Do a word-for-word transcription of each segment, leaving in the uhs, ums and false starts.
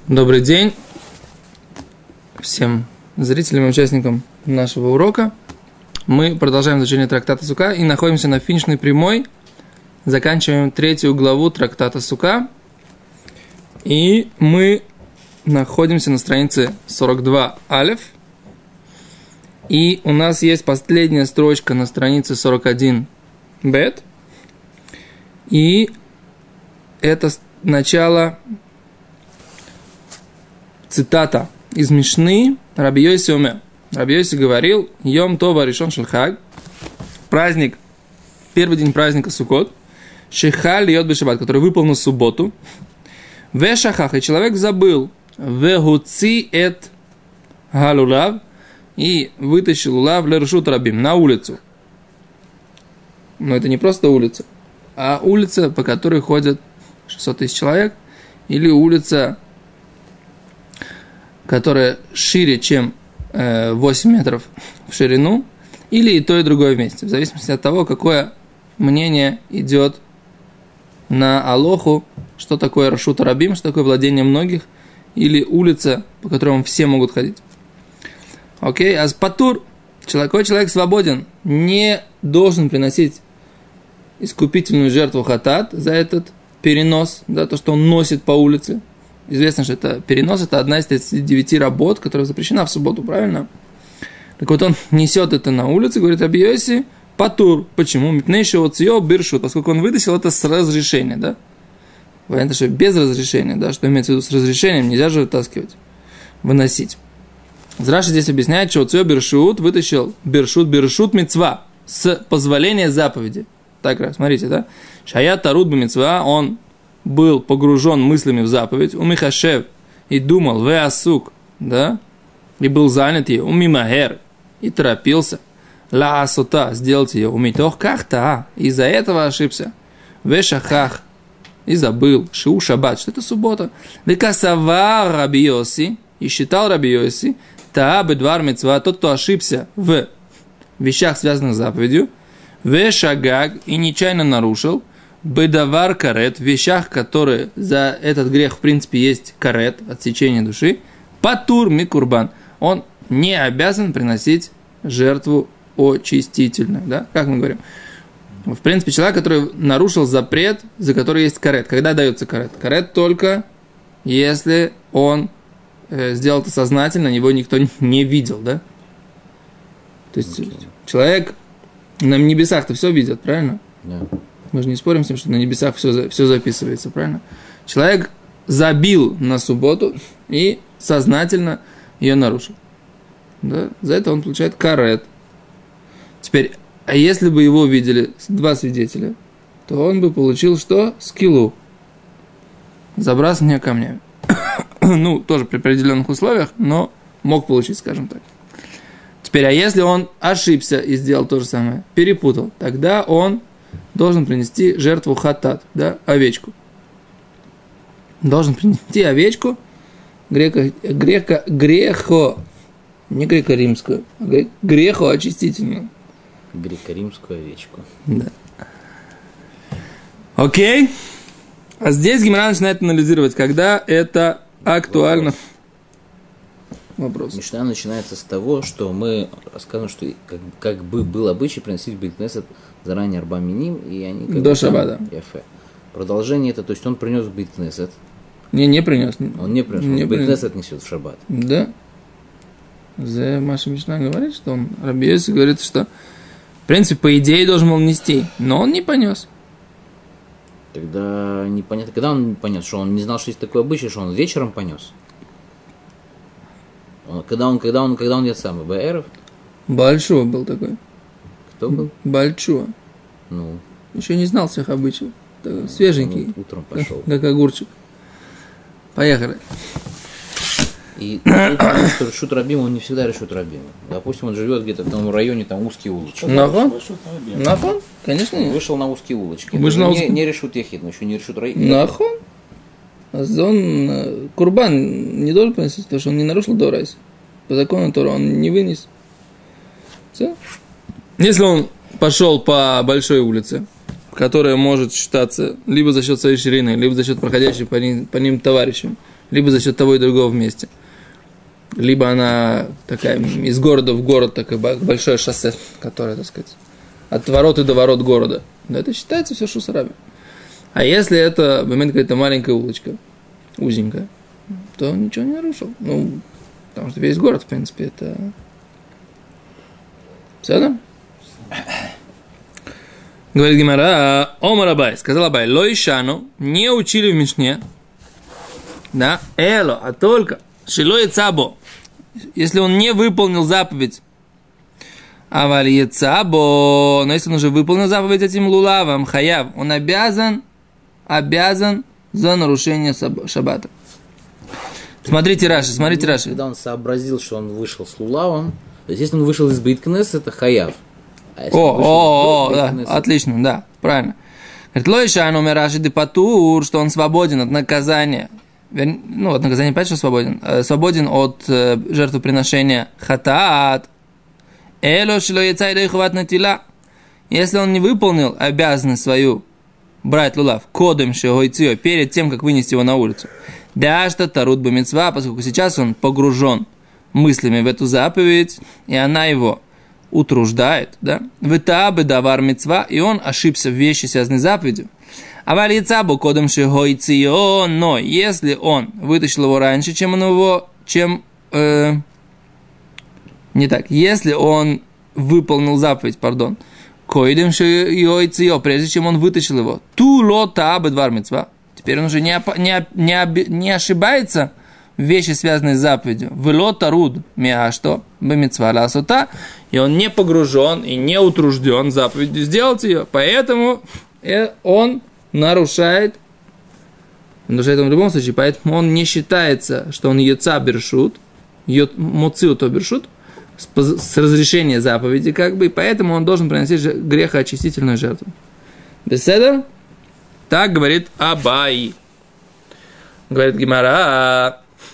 Добрый день всем зрителям и участникам нашего урока. Мы продолжаем изучение трактата Сука и находимся на финишной прямой. Заканчиваем третью главу трактата Сука. И мы находимся на странице сорок два алеф. И у нас есть последняя строчка на странице сорок один бет. И это начало... Цитата из Мишны Раби Йоси омер. Раби Йоси говорил: Йом Това Ришон Шель Хаг, праздник, первый день праздника Суккот, Шехаль Йод Бешаббат, который выпал на субботу, Вешахах, и человек забыл, Вегуци эт Галулав, и вытащил лулав лершут рабим, на улицу. Но это не просто улица, а улица, по которой ходят шестьсот тысяч человек, или улица, которая шире, чем э, восемь метров в ширину, или и то, и другое вместе, в зависимости от того, какое мнение идет на алоху, что такое рашут рабим, что такое владение многих, или улица, по которой все могут ходить. Окей, а патур, какой человек свободен, не должен приносить искупительную жертву хатат за этот перенос, да, то, что он носит по улице. Известно, что это перенос, это одна из тридцати девяти работ, которая запрещена в субботу, правильно? Так вот, он несет это на улице, говорит Раби Йоси, патур. Почему? Мипнейши оцио биршут, поскольку он вытащил это с разрешения, да? Понятно, что без разрешения, да? Что имеется в виду с разрешением, нельзя же вытаскивать, выносить. Раши здесь объясняет, что оцио биршут вытащил биршут, биршут мицва, с позволения заповеди. Так раз, смотрите, да? Шаят тарут бы мицва, он был погружен мыслями в заповедь, у Михашев, и думал, ве асук, да, и был занят ее, у Мимахер, и торопился, ла асута, сделать ее, у Митох кахта, из-за этого ошибся, ве шахах, и забыл, шиу шаббат, что это суббота, ве касавар Раби Йоси, и считал Раби Йоси, таа бедвар мицва, тот, кто ошибся в вещах, связанных с заповедью, ве шагаг, и нечаянно нарушил, бедавар карет, в вещах, которые за этот грех, в принципе, есть карет, отсечение души, патур микурбан, он не обязан приносить жертву очистительную, да, как мы говорим. В принципе, человек, который нарушил запрет, за который есть карет. Когда дается карет? Карет только если он э, сделал это сознательно, его никто не видел, да. То есть okay. Человек на небесах-то все видит, правильно? Да. Yeah. Мы же не спорим с тем, что на небесах все, все записывается, правильно? Человек забил на субботу и сознательно ее нарушил. Да? За это он получает карет. Теперь, а если бы его видели два свидетеля, то он бы получил что? Скилу. Забрасывание камнями. Ну, тоже при определенных условиях, но мог получить, скажем так. Теперь, а если он ошибся и сделал то же самое, перепутал, тогда он должен принести жертву хатат, да, овечку. Должен принести овечку, греко, греко, грехо, не греко-римскую, а грехо очистительную. Греко-римскую овечку. Да. Окей. А здесь Гемара начинает анализировать, когда это актуально. Вопрос. Мишна начинается с того, что мы рассказываем, что как, как бы был обычай приносить в бейт-кнесет заранее арба миним, и они... Как до шаббата. Продолжение это, то есть он принес в бейт-кнесет. Не, не принес. Он не принес, не он бейт-кнесет несет в шаббат. Да. За Маша Мишна говорит, что он, Раби Йоси говорит, что в принципе, по идее, должен был нести, но он не понес. Тогда непонятно, когда он понес, что он не знал, что есть такой обычай, что он вечером понес. Он, когда он, когда он, когда он я сам, Баэров? Большой был такой. Кто был? Большой. Ну. Еще не знал всех обычаев. Такой свеженький. Он утром пошел. Как огурчик. Поехали. И решут рабим, он не всегда решут рабим. Допустим, он живет где-то в том районе, там узкие улочки. Нахон? Нахон? Конечно нет. Вышел на узкие улочки. Вышел на не, узкие... не решут яхид, но еще не решут район. Нахон? Он курбан не должен приносить, потому что он не нарушил дорайс. По закону Тора он не вынес. Все. Если он пошел по большой улице, которая может считаться либо за счет своей ширины, либо за счет проходящих по ним, по ним товарищам, либо за счет того и другого вместе. Либо она такая из города в город, такое большое шоссе, которое, так сказать, от ворот и до ворот города. Но это считается все шусараби. А если это, момент, какая-то маленькая улочка, узенькая, то ничего не нарушил. Ну, потому что весь город, в принципе, это... Все, да? Говорит Гемара, Омар Абай, сказал Абай, ло ишану, не учили в Мишне, да, эло, а только, шило и цабо, если он не выполнил заповедь, аваль и цабо, но если он уже выполнил заповедь этим лулавом, хаяв, он обязан, обязан за нарушение шаббата. Смотрите Раши, смотрите Раши. Когда он сообразил, что он вышел с лулавом, то есть если он вышел из бейт-кнесет, это хаяв. А о, о, о, да, отлично, да, правильно. Говорит, лоиша, номер Раши депатур, что он свободен от наказания. Ну, от наказания, понятно, что свободен. Свободен от э, жертвоприношения хатаат. Эло шло яйца и хват на тела. Если он не выполнил обязанность свою брать лулав кодом шегойцио перед тем, как вынести его на улицу. Да, что тарут бамицва, поскольку сейчас он погружен мыслями в эту заповедь, и она его утруждает, да, вытабы давар мицва, и он ошибся в вещи, связанной с заповедью. А валицабу кодом шегойцио, но если он вытащил его раньше, чем он его, чем, э, не так, если он выполнил заповедь, пардон, койдем шегойцио, прежде чем он вытащил его, ту ло табы двар мицва, теперь он уже не, не, не, не ошибается в вещи, связанные с заповедью. Вело таруд миа что? Бамицва ласота. И он не погружен и не утружден заповедью сделать ее. Поэтому он нарушает, нарушает он в любом случае, поэтому он не считается, что он йоца бершут, моциу то бершут, с разрешения заповеди, как бы, и поэтому он должен приносить грехоочистительную жертву. Беседа? Так говорит Абай. Говорит Гемара.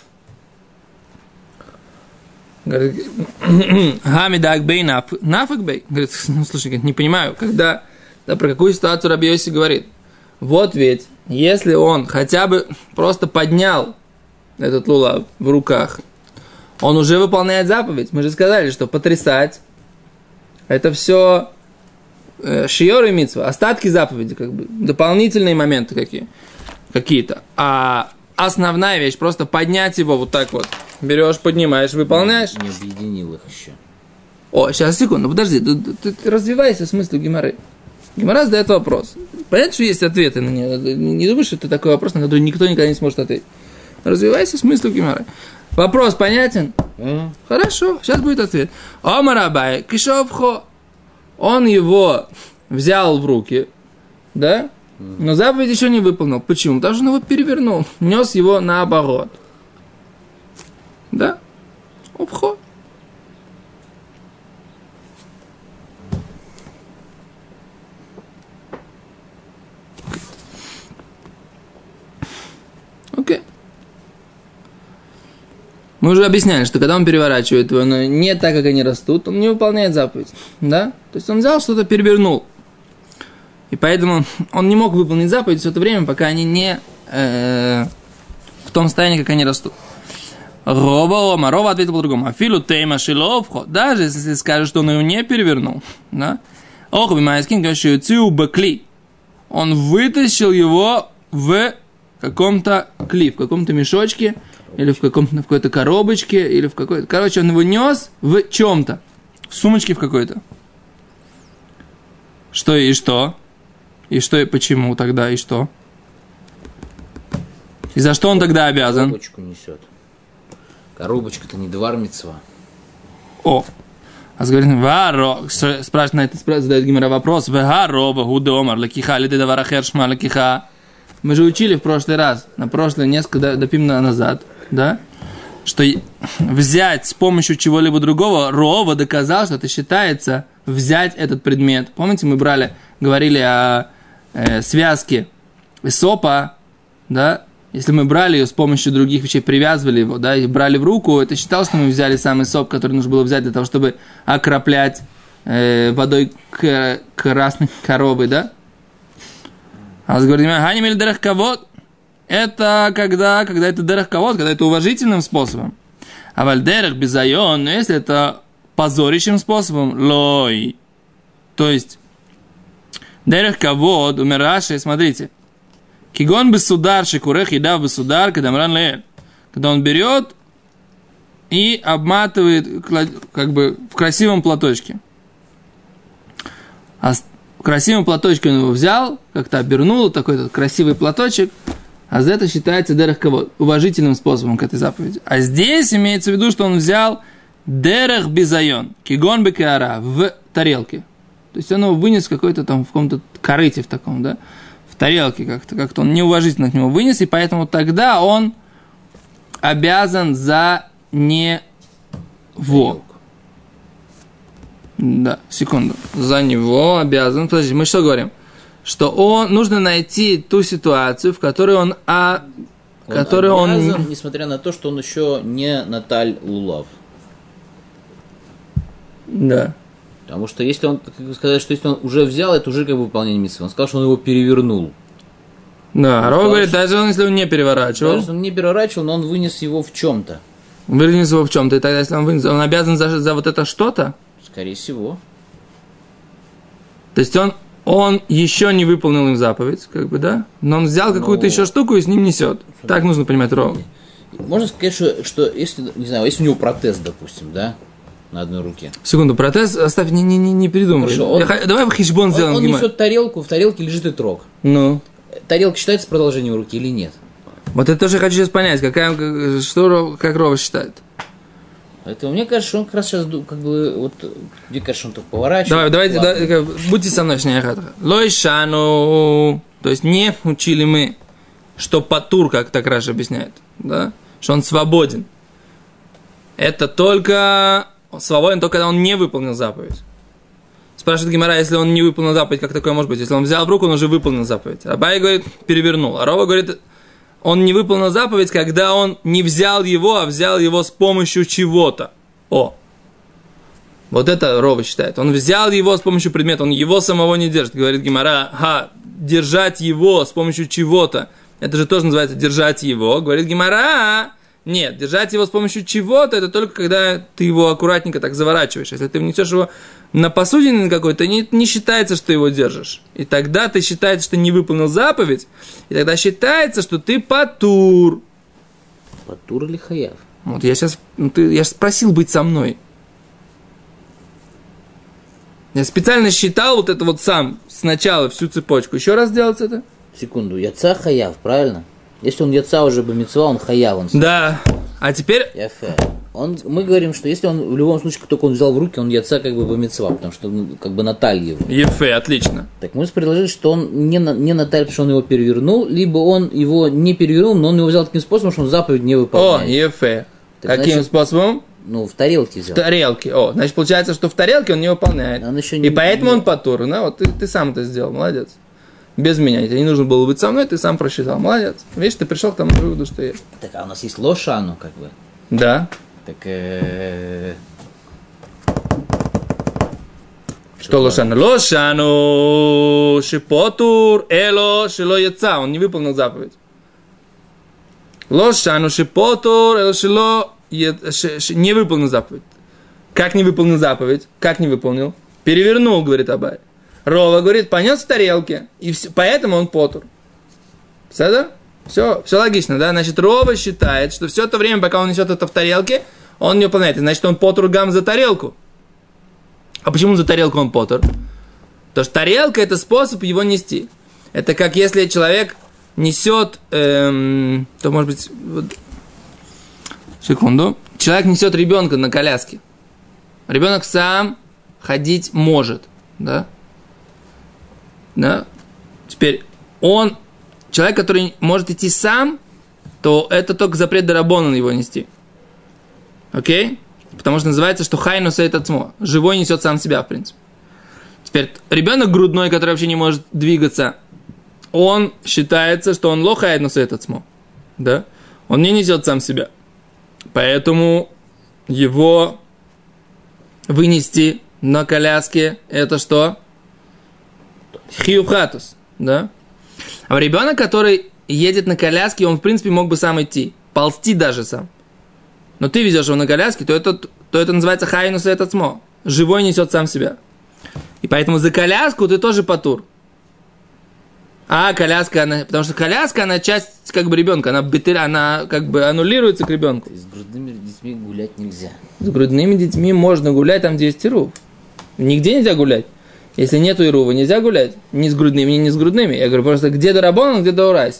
Говорит, Хамидак бей нафак бей. Говорит, ну слушай, не понимаю, когда, да, про какую ситуацию Раби Йоси говорит. Вот ведь, если он хотя бы просто поднял этот лулав в руках, он уже выполняет заповедь. Мы же сказали, что потрясать это все э, шиор и мицва, остатки заповеди, как бы, дополнительные моменты какие, какие-то. А основная вещь, просто поднять его вот так вот. Берешь, поднимаешь, выполняешь. Не объединил их еще. О, сейчас, секунду, подожди, ты, ты, ты развивайся смыслу Гемары. Гемара задает вопрос. Понятно, что есть ответы на него. Не думаешь, что это такой вопрос, на который никто никогда не сможет ответить. Развивайся смыслу Гемары. Вопрос понятен? Mm. Хорошо, сейчас будет ответ. Омар Абай, кишовхо. Он его взял в руки, да? Mm. Но заповедь еще не выполнил. Почему? Потому что он его перевернул. Нес его наоборот. Да? Обход. Окей. Мы уже объясняли, что когда он переворачивает его, но не так, как они растут, он не выполняет заповедь. Да? То есть он взял что-то, перевернул. И поэтому он не мог выполнить заповедь все это время, пока они не э, в том состоянии, как они растут. Рова Ома, Рова ответил по-другому. Афилу тейма шиловхо, даже если скажешь, что он его не перевернул, да? Ох, бимайскин, кашью цю бакли. Он вытащил его в каком-то кли, в каком-то мешочке, или в, каком-то, в какой-то коробочке, или в какой-то... Короче, он его нес в чем-то. В сумочке в какой-то. Что и что? И что и почему тогда, и что? И за что он тогда обязан? Коробочку несет. Коробочка-то не двар мицва. О! А говорит, варо, спрашивает на это, задает Гемара вопрос, варо, вагуде омар, лакиха, ли ты давара хершма, лакиха. Мы же учили в прошлый раз, на прошлое несколько допим назад, да, что взять с помощью чего-либо другого, Рова доказал, что это считается взять этот предмет. Помните, мы брали, говорили о э, связке эсопа, да, если мы брали ее с помощью других вещей, привязывали его, да, и брали в руку, это считалось, что мы взяли сам эсоп, который нужно было взять для того, чтобы окроплять э, водой к, красной коровы, да. А говорит, это когда, когда это дерех кавод, когда это уважительным способом. А вальдерех безайон, но если это позорящим способом, лой. То есть, дерех кавод, умираши, смотрите. Кигон бессудар, шикурех, еда бессудар, кадамран леэль. Когда он берет и обматывает как бы в красивом платочке. А в красивом платочке он его взял, как-то обернул, такой красивый платочек, а за это считается дерех кавод, уважительным способом к этой заповеди. А здесь имеется в виду, что он взял дерех бизайон, кигон бекеара, в тарелке. То есть он его вынес в какой-то там, в каком-то корыте в таком, да, в тарелке как-то, как-то он неуважительно к нему вынес, и поэтому тогда он обязан за него. Да, секунду. За него обязан. Подожди, мы что говорим? Что он, нужно найти ту ситуацию, в которой он, а, он которой обязан, он... несмотря на то, что он еще не наталь лулав. Да. Потому что если он, как сказать, что если он уже взял, это уже как бы выполнение митцвы. Он сказал, что он его перевернул. Да, Рова говорит, что... даже он, если он не переворачивал. Даже если он не переворачивал, но он вынес его в чем-то. Вынес его в чем-то, и тогда, если он вынес, он обязан за, за вот это что-то? Скорее всего. То есть он, он еще не выполнил им заповедь, как бы, да? Но он взял какую-то но... еще штуку и с ним несет. Смотри. Так нужно понимать Рова. Можно сказать, что, что если, не знаю, если у него протез, допустим, да, на одной руке. Секунду, протез оставь, не, не, не, не передумай. Хорошо, он, Я, давай хишбон сделаем. Он, он несет тарелку, в тарелке лежит итрог. Ну. Тарелка считается продолжением руки или нет? Вот это тоже хочу сейчас понять, какая, что, как Рова считает. Поэтому мне кажется, что он как раз сейчас, как бы, вот, мне кажется, что он так поворачивает. Давай, давайте, да, будьте со мной, шняхатха. Лойшану, то есть не учили мы, что патур, как так Раши объясняет, да, что он свободен. Это только свободен, только когда он не выполнил заповедь. Спрашивает Гемара, если он не выполнил заповедь, как такое может быть? Если он взял в руку, он уже выполнил заповедь. Абай говорит, перевернул. А Рова говорит, он не выполнил заповедь, когда он не взял его, а взял его с помощью чего-то. О! Вот это Рова считает. Он взял его с помощью предмета, он его самого не держит. Говорит Гемара, ха, держать его с помощью чего-то. Это же тоже называется держать его. Говорит Гемара, нет, держать его с помощью чего-то, это только когда ты его аккуратненько так заворачиваешь. Если ты внесешь его на посудине какой-то, не, не считается, что ты его держишь. И тогда ты считаешь, что не выполнил заповедь, и тогда считается, что ты патур. Патур или хаяв? Вот я сейчас, ну, ты, я спросил быть со мной. Я специально считал вот это вот сам, сначала всю цепочку. Еще раз сделать это? Секунду, яца хаяв, правильно? Если он яца уже бы мицва, он хаяв. Он да, а теперь... Яфе. Он, мы говорим, что если он в любом случае, как только он взял в руки, он яца как бы бамитцва, потому что ну, как бы наталь его. Ефе, отлично. Так мы предложили, что он не, не наталь, потому что он его перевернул, либо он его не перевернул, но он его взял таким способом, что он заповедь не выполняет. О, ефе. Так, каким значит, способом? Ну, в тарелке взял. В тарелке. О, значит, получается, что в тарелке он не выполняет. Он еще И не, поэтому не... он патур. Ну, вот ты, ты сам это сделал, молодец. Без меня. Тебе не нужно было быть со мной, ты сам просчитал. Молодец. Видишь, ты пришел к тому выводу, что есть. Так, а у нас есть лошану, как бы. Да. Так, э... Что лошану? Лошану шипотур эло шило яца. Он не выполнил заповедь. Лошану шипотур эло шило не выполнил заповедь. Как не выполнил заповедь? Как не выполнил? Перевернул, говорит Абай. Рова говорит, понес в тарелке, и все, поэтому он потур. Все, все, все логично, да? Значит, Рова считает, что все то время, пока он несет это в тарелке, он не выполняет. Значит, он потур гам за тарелку. А почему за тарелку он потур? Потому что тарелка – это способ его нести. Это как если человек несет, эм, то может быть, вот, секунду, человек несет ребенка на коляске. Ребенок сам ходить может, да? Да? Теперь он, человек, который может идти сам, то это только запрет дарабонан его нести. Окей? Потому что называется, что хайну сейт ацмо. Живой несет сам себя, в принципе. Теперь ребенок грудной, который вообще не может двигаться, он считается, что он ло хайну сейт ацмо. Да? Он не несет сам себя. Поэтому его вынести на коляске, это что? Хиюхатус, да? А ребенок, который едет на коляске, он, в принципе, мог бы сам идти. Ползти даже сам. Но ты везешь его на коляске, то это, то это называется хайнус этот смо. Живой несет сам себя. И поэтому за коляску ты тоже патур. А коляска, она, потому что коляска, она часть как бы ребенка, она, бетер, она как бы аннулируется к ребенку. С грудными детьми гулять нельзя. С грудными детьми можно гулять там, где есть ирув. Нигде нельзя гулять. Если нету ирува, нельзя гулять. Ни с грудными, ни не с грудными. Я говорю просто, где дарабон, где даурайс.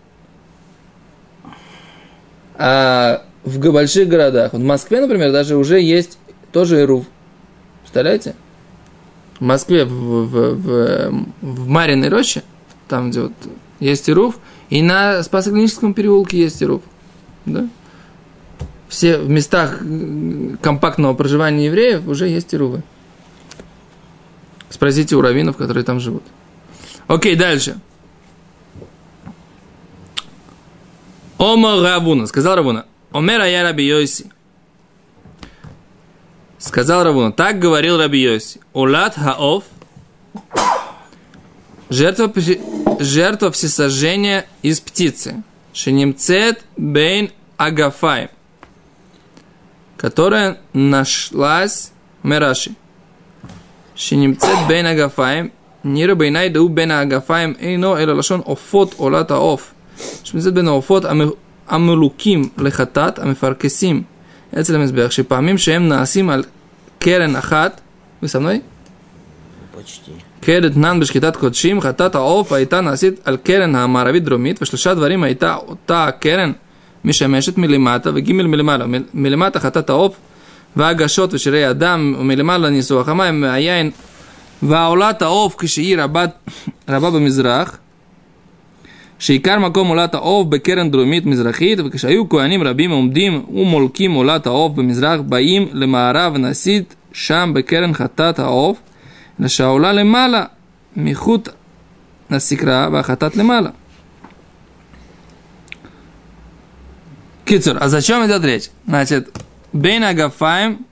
А в больших городах, в Москве, например, даже уже есть тоже ирув. Представляете? В Москве, в, в, в, в Мариной роще, там, где вот есть ирув, и на Спасо-Клиническом переулке есть ирув. Да? Все в местах компактного проживания евреев уже есть ирувы. Спросите у раввинов, которые там живут. Окей, дальше. Омар Равуна, сказал Равуна. Омер ая Раби Йоси. Сказал Равуна, так говорил Раби Йоси. Улат хаов. Жертва, жертва всесожжения из птицы. Шенимцет бейн агафаем. Которая нашлась Мераши. Шенимцет бейн агафаем. Нира бейнай дау бейн агафаем. Эйно эла лашон офот улат хаов. שמצאת בין העופות המלוקים לחטאת, המפרקסים אצל המזבח, שפעמים שהם נעשים על קרן אחת, וסמנוי? קרן תנן בשחיטת קודשים, חטאת העוף הייתה נעשית על קרן המערבית דרומית, ושלושה דברים הייתה אותה הקרן משמשת מלמטה, וגימל מלמעלה, מלמטה חטאת העוף, והגשות ושירי אדם, ומלמעלה ניסוח המים, והיין, והעולת העוף כשהיא רבה, רבה במזרח, שעיקר מקום עולת העוף בקרן דרומית מזרחית, וכשהיו כהנים רבים עומדים ומולקים עולת העוף במזרח, באים למערב ונעשית שם בקרן חטאת העוף, לשעולה למעלה מחוט הסקרה והחטאת למעלה. קיצור, אז о чем идет речь? Значит, бейн агафаем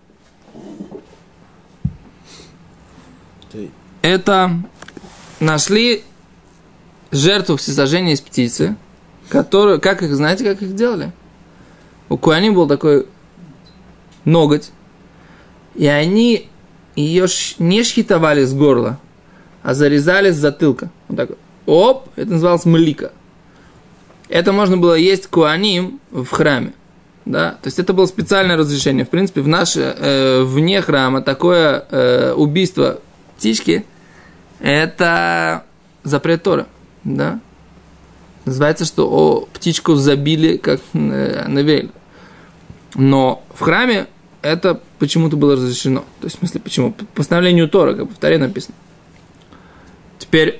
это нашли жертву всесожжения из птицы, которую, как их, знаете, как их делали? У коаним был такой ноготь, и они ее не шхитовали с горла, а зарезали с затылка. Вот так вот. Оп, это называлось млика. Это можно было есть коаним в храме. Да? То есть это было специальное разрешение. В принципе, в наше, э, вне храма такое э, убийство птички – это запрет Торы. Да? Называется, что о, птичку забили, как э, навель. Но в храме это почему-то было разрешено. То есть, в смысле, почему? По постановлению Тора, как бы в Торе написано. Теперь,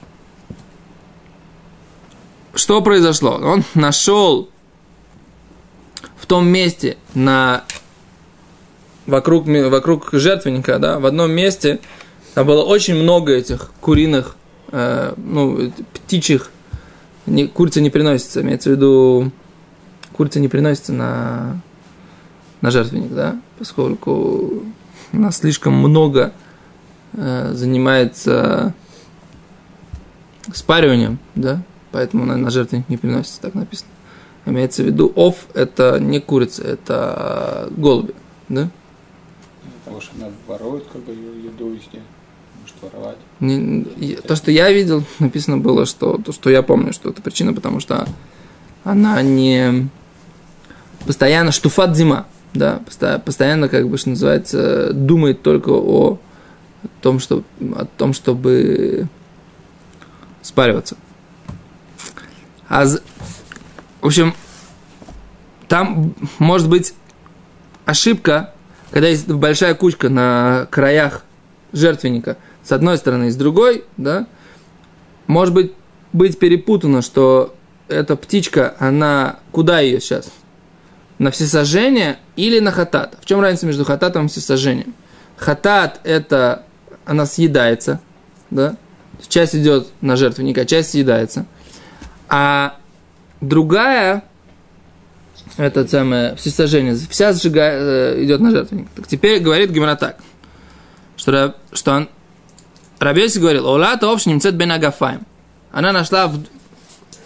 что произошло? Он нашел в том месте, на, вокруг, вокруг жертвенника, да, в одном месте, там было очень много этих куриных, Э, ну, птичьих, не, курица не приносится, имеется в виду, курица не приносится на, на жертвенник, да, поскольку у нас слишком много э, занимается спариванием, да, поэтому на, на жертвенник не приносится, так написано. Имеется в виду, ов – это не курица, это голуби, да? Потому что она ворует, как бы, еду везде. Воровать. Не, то, что я видел, написано было, что то, что я помню, что это причина, потому что она не постоянно штуфат зима, да, постоянно, как бы, что называется, думает только о том, что, о том, чтобы спариваться. А, в общем, там может быть ошибка, когда есть большая кучка на краях жертвенника, с одной стороны и с другой, да, может быть, быть перепутано, что эта птичка, она, куда ее сейчас? На всесожжение или на хатат? В чем разница между хататом и всесожжением? Хатат – это, она съедается, да, часть идет на жертвенника, часть съедается, а другая, это самое всесожжение, вся сжигает, идет на жертвенник. Так теперь говорит Гемара так, что, что он Раби Йоси говорил, «Олата овш немцет бен агафаем». Она нашла в,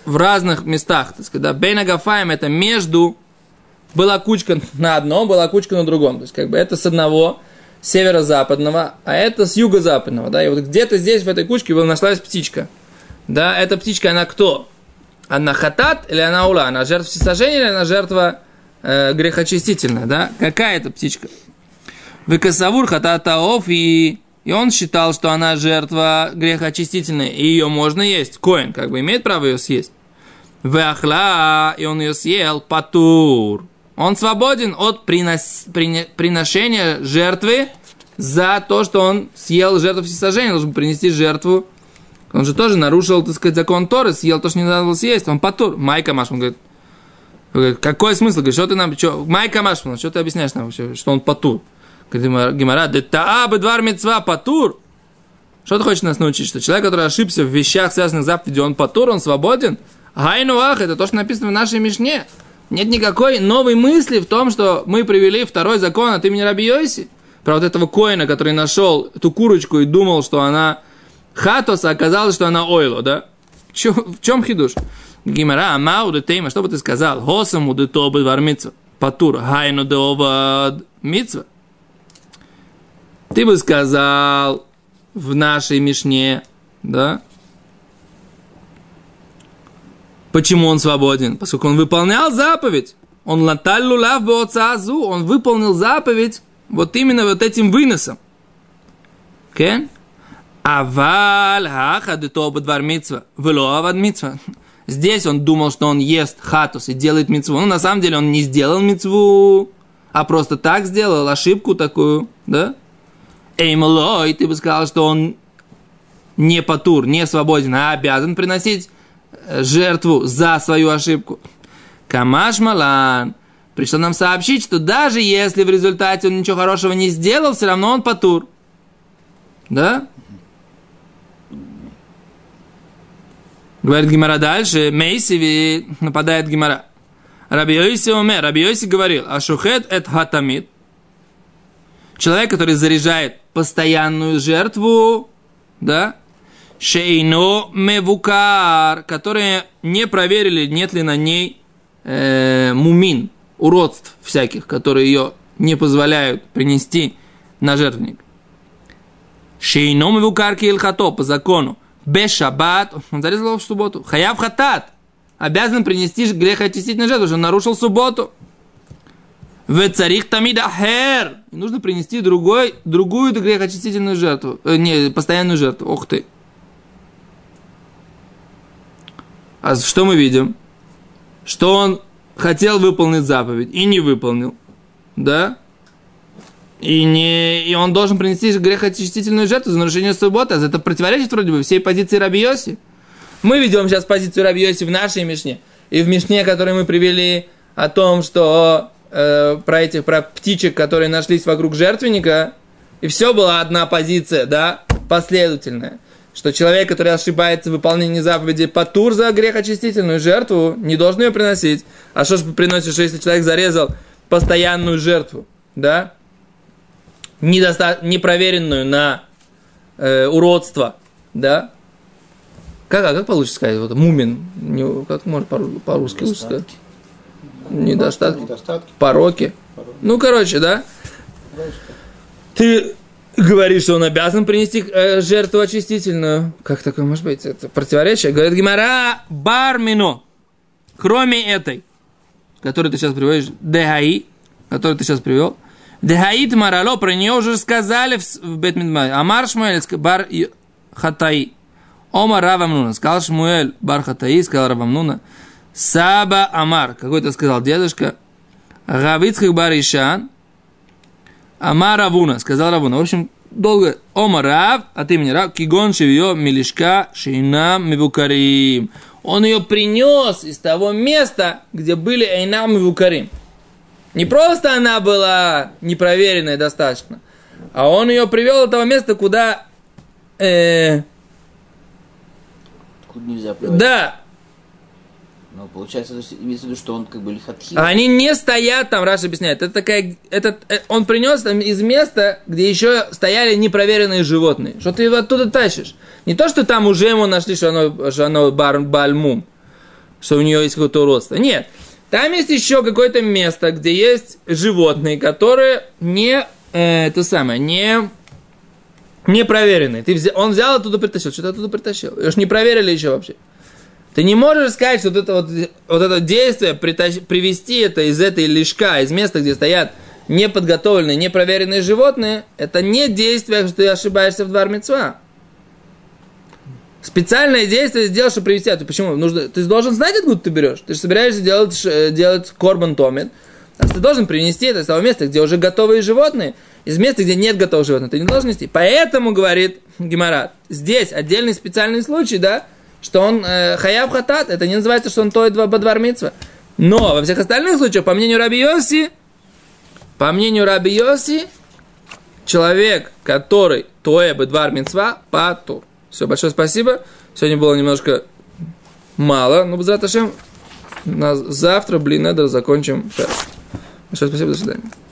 в разных местах. Так сказать, да, бейнагафаем это между... Была кучка на одном, была кучка на другом. То есть, как бы это с одного северо-западного, а это с юго-западного. Да? И вот где-то здесь, в этой кучке, нашлась птичка. Да, эта птичка, она кто? Она хатат или она ула? Она жертва всесожжения или она жертва э, грехочистительная? Да? Какая это птичка? Векасавур хататаов, и, и он считал, что она жертва грехочистительная, и ее можно есть. Коэн как бы имеет право ее съесть. Веахла, и он ее съел, патур. Он свободен от принос, прино, приношения жертвы за то, что он съел жертву всесожжения. Он должен принести жертву. Он же тоже нарушил, так сказать, закон Торы, съел то, что не надо было съесть. Он патур. Майка Маш, он говорит, говорит, какой смысл? Говорит, что ты нам, что, Майка Маш, что ты объясняешь нам, что он патур? Говорит, Гемара, да таабы двар мицва патур. Что ты хочешь нас научить? Что человек, который ошибся в вещах, связанных с заповедью, он патур, он свободен? Гайнуах, это то, что написано в нашей Мишне. Нет никакой новой мысли в том, что мы привели второй закон от имени Раби Йоси. Про вот этого коэна, который нашел эту курочку и думал, что она хатос, а оказалось, что она ойло, да? В чем, в чем хидуш? Гимара, амау де тейма, что бы ты сказал? Хосаму де тобы вар митцва. Патур, хайну де овад митцва. Ты бы сказал в нашей Мишне, да? Почему он свободен? Поскольку он выполнял заповедь. Он латаль лулав бооцаазу. Он выполнил заповедь вот именно вот этим выносом. Okay? Аваль хаха детоба двар митцва. Вело авад митцва. Здесь он думал, что он ест хатус и делает митцву. Но на самом деле он не сделал митцву, а просто так сделал ошибку такую. Да? Эймлой, ты бы сказал, что он не патур, не свободен, а обязан приносить жертву за свою ошибку. Камаш Малан пришел нам сообщить, что даже если в результате он ничего хорошего не сделал, все равно он патур. Да? Говорит Гемара дальше. Мейсиви, нападает Гемара. Раби Йоси омер. Раби Йоси говорил, ашухет эт хатамид. Человек, который заряжает постоянную жертву, да, шейно мевукар, которые не проверили, нет ли на ней э, мумин, уродств всяких, которые ее не позволяют принести на жертвенник. Шейно мевукар киэлхато, по закону, бешабат, он зарезал его в субботу, хаяв хатат, обязан принести грехоочистительную жертву, что он нарушил субботу. В царих тамид ахер, нужно принести другой, другую грехоочистительную жертву, э, не, постоянную жертву, ох ты. А что мы видим? Что он хотел выполнить заповедь и не выполнил. Да? И, не, и он должен принести грехоочистительную жертву за нарушение субботы. А это противоречит вроде бы всей позиции Раби Йоси. Мы ведем сейчас позицию Раби Йоси в нашей Мишне. И в Мишне, которую мы привели о том, что э, про этих про птичек, которые нашлись вокруг жертвенника. И все была одна позиция, да, последовательная. Что человек, который ошибается в выполнении заповеди патур за грехоочистительную жертву, не должен ее приносить. А что же приносишь, если человек зарезал постоянную жертву, да? Недоста... непроверенную на э, уродство, да? Как, а как получится сказать? Вот, мумин, не, как можно по-русски лучше сказать? Недостатки. Недостатки. Пороки. Пороки. Ну, короче, да? Ты говоришь, что он обязан принести э, жертву очистительную. Как такое может быть? Это противоречие. Говорит Гемара бармино. Кроме этой, которую ты сейчас приводишь, дегаи, которую ты сейчас привел, дегаит марало, про нее уже сказали в, в Бет-Мидбай. Амар Шмуэль бар хатаи. Омар Равамнуна. Сказал Шмуэль бар хатаи, сказал Равамнуна. Саба Амар. Какой-то сказал дедушка. Равицких бар Ишан. Амар Равуна, сказал Равуна. В общем, долго. Омар Рав, от имени Рав, кигон шевио милишка шейнам мивукарим. Он ее принес из того места, где были эйнам мивукарим. Не просто она была непроверенная достаточно, а он ее привел до того места, куда... Э, Куда нельзя приводить. Да. Ну, получается, имеется в виду, что он как бы лихатхила. Они не стоят там, Раша объясняет. Это такая, это, он принес там из места, где еще стояли непроверенные животные. Что ты его оттуда тащишь? Не то, что там уже ему нашли, что оно, что оно бар, бальмум. что у нее есть какое-то уродство. Нет. Там есть еще какое-то место, где есть животные, которые не, э, это самое, не, не проверенные. Ты взял, он взял оттуда, притащил. Что-то оттуда притащил. Ее ж не проверили еще вообще. Ты не можешь сказать, что вот это, вот, вот это действие, притащ, привести это из этой лишка, из места, где стоят неподготовленные, непроверенные животные, это не действие, что ты ошибаешься в двар мицва. Специальное действие сделал, чтобы привести это. Почему? Нужно, ты должен знать, откуда ты берешь. Ты же собираешься делать, делать корбан томит. А ты должен принести это из того места, где уже готовые животные, из места, где нет готовых животных. Ты не должен нести. Поэтому, говорит Гемара, здесь отдельный специальный случай, да, что он э, хаяв хатат, это не называется, что он тоет бадвар мицва. Но во всех остальных случаях, по мнению Раби Йоси, по мнению Раби Йоси, человек, который тоет бадвар мицва, патур. Все, большое спасибо. Сегодня было немножко мало, но Б'эзрат Ашем, завтра, блин, надо закончим. Большое спасибо, до свидания.